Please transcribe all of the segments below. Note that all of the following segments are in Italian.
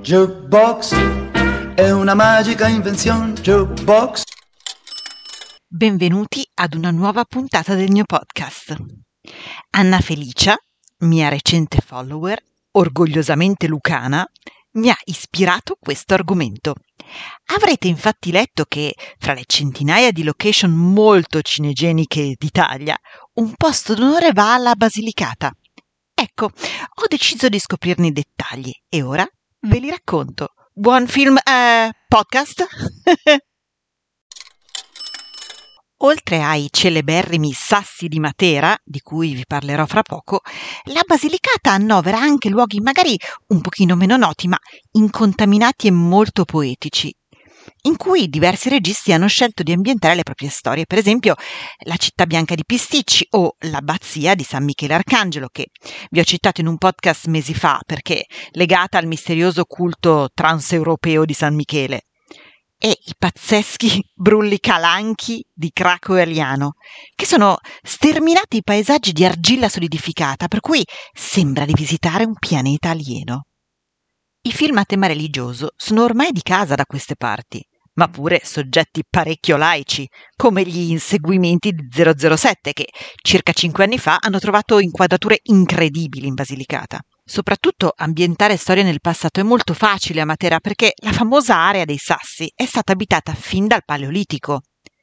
Jukebox è una magica invenzione. Jukebox. Benvenuti ad una nuova puntata del mio podcast. Anna Felicia, mia recente follower, orgogliosamente lucana, mi ha ispirato questo argomento. Avrete infatti letto che, fra le centinaia di location molto cinegeniche d'Italia, un posto d'onore va alla Basilicata. Ecco, ho deciso di scoprirne i dettagli e ora ve li racconto. Buon film, podcast? Oltre ai celeberrimi Sassi di Matera, di cui vi parlerò fra poco, la Basilicata annovera anche luoghi magari un pochino meno noti, ma incontaminati e molto poetici, in cui diversi registi hanno scelto di ambientare le proprie storie. Per esempio, la città bianca di Pisticci o l'abbazia di San Michele Arcangelo, che vi ho citato in un podcast mesi fa perché legata al misterioso culto transeuropeo di San Michele. E i pazzeschi Brulli Calanchi di Craco e Ariano, che sono sterminati paesaggi di argilla solidificata, per cui sembra di visitare un pianeta alieno. I film a tema religioso sono ormai di casa da queste parti, ma pure soggetti parecchio laici, come gli inseguimenti di 007, che circa 5 anni fa hanno trovato inquadrature incredibili in Basilicata. Soprattutto ambientare storie nel passato è molto facile a Matera perché la famosa area dei Sassi è stata abitata fin dal Paleolitico.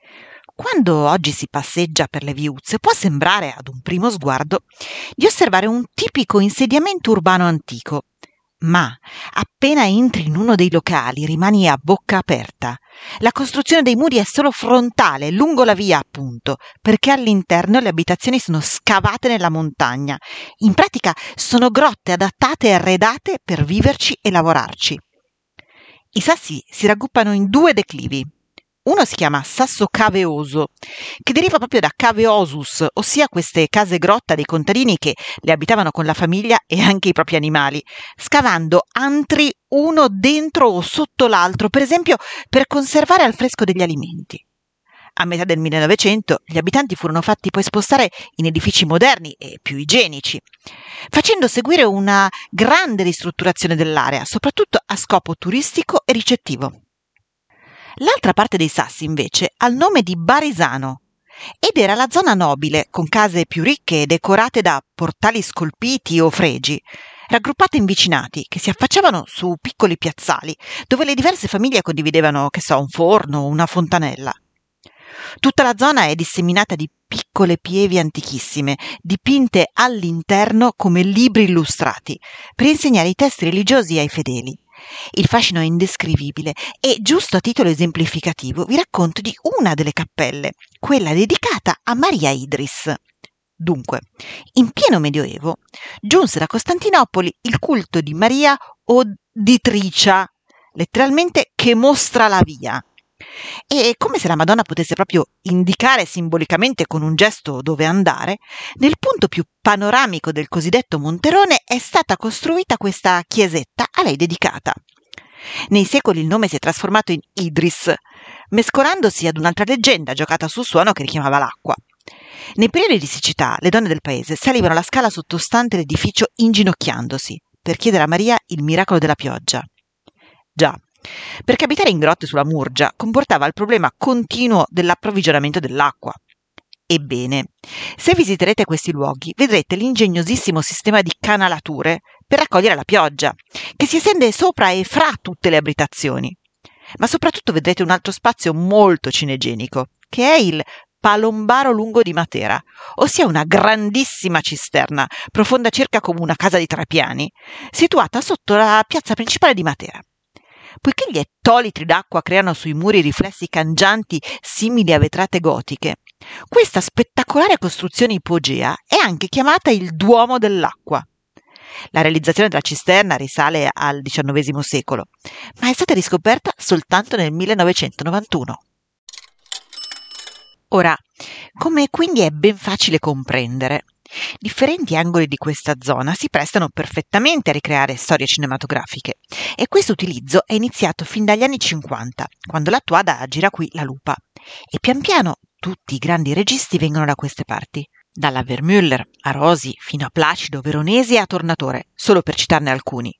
Quando oggi si passeggia per le viuzze può sembrare, ad un primo sguardo, di osservare un tipico insediamento urbano antico, ma appena entri in uno dei locali rimani a bocca aperta. La costruzione dei muri è solo frontale, lungo la via appunto, perché all'interno le abitazioni sono scavate nella montagna. In pratica sono grotte adattate e arredate per viverci e lavorarci. I sassi si raggruppano in 2 declivi. Uno si chiama Sasso Caveoso, che deriva proprio da Caveosus, ossia queste case grotta dei contadini che le abitavano con la famiglia e anche i propri animali, scavando antri uno dentro o sotto l'altro, per esempio per conservare al fresco degli alimenti. A metà del 1900 gli abitanti furono fatti poi spostare in edifici moderni e più igienici, facendo seguire una grande ristrutturazione dell'area, soprattutto a scopo turistico e ricettivo. L'altra parte dei Sassi, invece, ha il nome di Barisano ed era la zona nobile, con case più ricche e decorate da portali scolpiti o fregi, raggruppate in vicinati che si affacciavano su piccoli piazzali dove le diverse famiglie condividevano, un forno o una fontanella. Tutta la zona è disseminata di piccole pievi antichissime, dipinte all'interno come libri illustrati, per insegnare i testi religiosi ai fedeli. Il fascino è indescrivibile e, giusto a titolo esemplificativo, vi racconto di una delle cappelle, quella dedicata a Maria Idris. Dunque, in pieno Medioevo giunse da Costantinopoli il culto di Maria Oditricia, letteralmente che mostra la via. E come se la Madonna potesse proprio indicare simbolicamente con un gesto dove andare, nel punto più panoramico del cosiddetto Monterone è stata costruita questa chiesetta a lei dedicata. Nei secoli il nome si è trasformato in Idris, mescolandosi ad un'altra leggenda giocata sul suono che richiamava l'acqua. Nei periodi di siccità le donne del paese salivano la scala sottostante l'edificio inginocchiandosi per chiedere a Maria il miracolo della pioggia. Già, perché abitare in grotte sulla Murgia comportava il problema continuo dell'approvvigionamento dell'acqua. Ebbene, se visiterete questi luoghi vedrete l'ingegnosissimo sistema di canalature per raccogliere la pioggia, che si estende sopra e fra tutte le abitazioni. Ma soprattutto vedrete un altro spazio molto cinegenico, che è il Palombaro Lungo di Matera, ossia una grandissima cisterna, profonda circa come una casa di 3 piani, situata sotto la piazza principale di Matera. Poiché gli ettolitri d'acqua creano sui muri riflessi cangianti simili a vetrate gotiche, questa spettacolare costruzione ipogea è anche chiamata il Duomo dell'Acqua. La realizzazione della cisterna risale al XIX secolo, ma è stata riscoperta soltanto nel 1991. Ora, come quindi è ben facile comprendere, differenti angoli di questa zona si prestano perfettamente a ricreare storie cinematografiche e questo utilizzo è iniziato fin dagli anni 50, quando la Tuada gira qui la lupa, e pian piano tutti i grandi registi vengono da queste parti, dalla Vermüller a Rosi fino a Placido, Veronesi e a Tornatore, solo per citarne alcuni,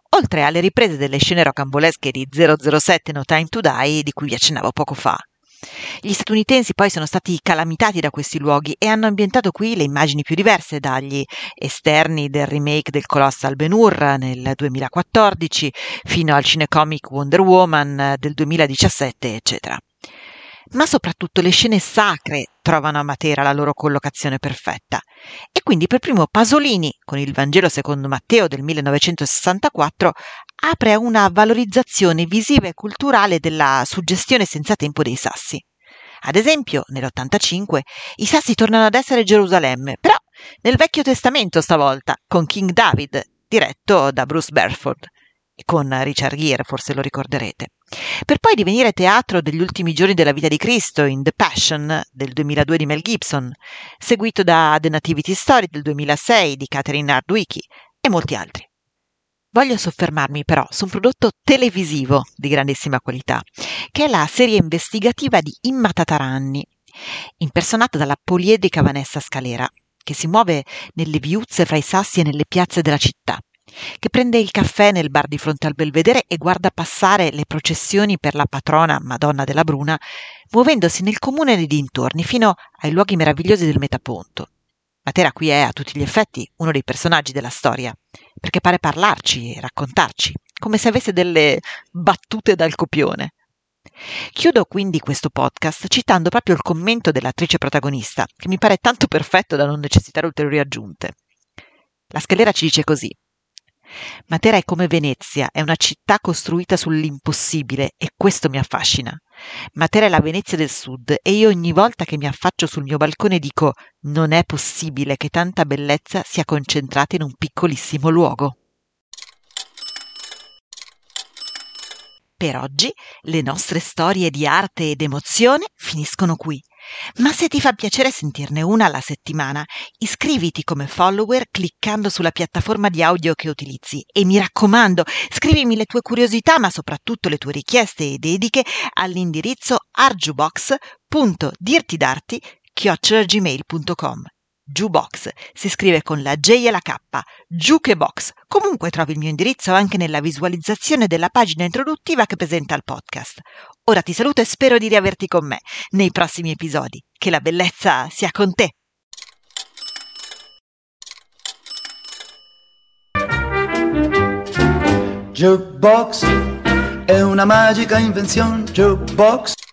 oltre alle riprese delle scene rocambolesche di 007 No Time to Die di cui vi accennavo poco fa. Gli statunitensi poi sono stati calamitati da questi luoghi e hanno ambientato qui le immagini più diverse, dagli esterni del remake del Colossal Ben-Hur nel 2014 fino al cinecomic Wonder Woman del 2017, eccetera. Ma soprattutto le scene sacre trovano a Matera la loro collocazione perfetta. E quindi per primo Pasolini, con il Vangelo secondo Matteo del 1964, apre a una valorizzazione visiva e culturale della suggestione senza tempo dei Sassi. Ad esempio, nell'85 i Sassi tornano ad essere Gerusalemme, però nel Vecchio Testamento stavolta, con King David, diretto da Bruce Bedford, e con Richard Gere, forse lo ricorderete, per poi divenire teatro degli ultimi giorni della vita di Cristo in The Passion del 2002 di Mel Gibson, seguito da The Nativity Story del 2006 di Catherine Hardwicke e molti altri. Voglio soffermarmi però su un prodotto televisivo di grandissima qualità, che è la serie investigativa di Imma Tataranni, impersonata dalla poliedrica Vanessa Scalera, che si muove nelle viuzze fra i sassi e nelle piazze della città, che prende il caffè nel bar di fronte al Belvedere e guarda passare le processioni per la patrona Madonna della Bruna, muovendosi nel comune dei dintorni fino ai luoghi meravigliosi del Metaponto. Matera qui è a tutti gli effetti uno dei personaggi della storia, perché pare parlarci e raccontarci, come se avesse delle battute dal copione. Chiudo quindi questo podcast citando proprio il commento dell'attrice protagonista, che mi pare tanto perfetto da non necessitare ulteriori aggiunte. La Scalera ci dice così: Matera è come Venezia, è una città costruita sull'impossibile e questo mi affascina. Matera è la Venezia del Sud e io ogni volta che mi affaccio sul mio balcone dico: non è possibile che tanta bellezza sia concentrata in un piccolissimo luogo. Per oggi le nostre storie di arte ed emozione finiscono qui. Ma se ti fa piacere sentirne una alla settimana, iscriviti come follower cliccando sulla piattaforma di audio che utilizzi e mi raccomando, scrivimi le tue curiosità ma soprattutto le tue richieste e dediche all'indirizzo arjubox.dirtidarti@gmail.com. Jukebox si scrive con la J e la K, Jukebox. Comunque trovi il mio indirizzo anche nella visualizzazione della pagina introduttiva che presenta il podcast. Ora ti saluto e spero di riaverti con me nei prossimi episodi. Che la bellezza sia con te! Jukebox è una magica invenzione. Jukebox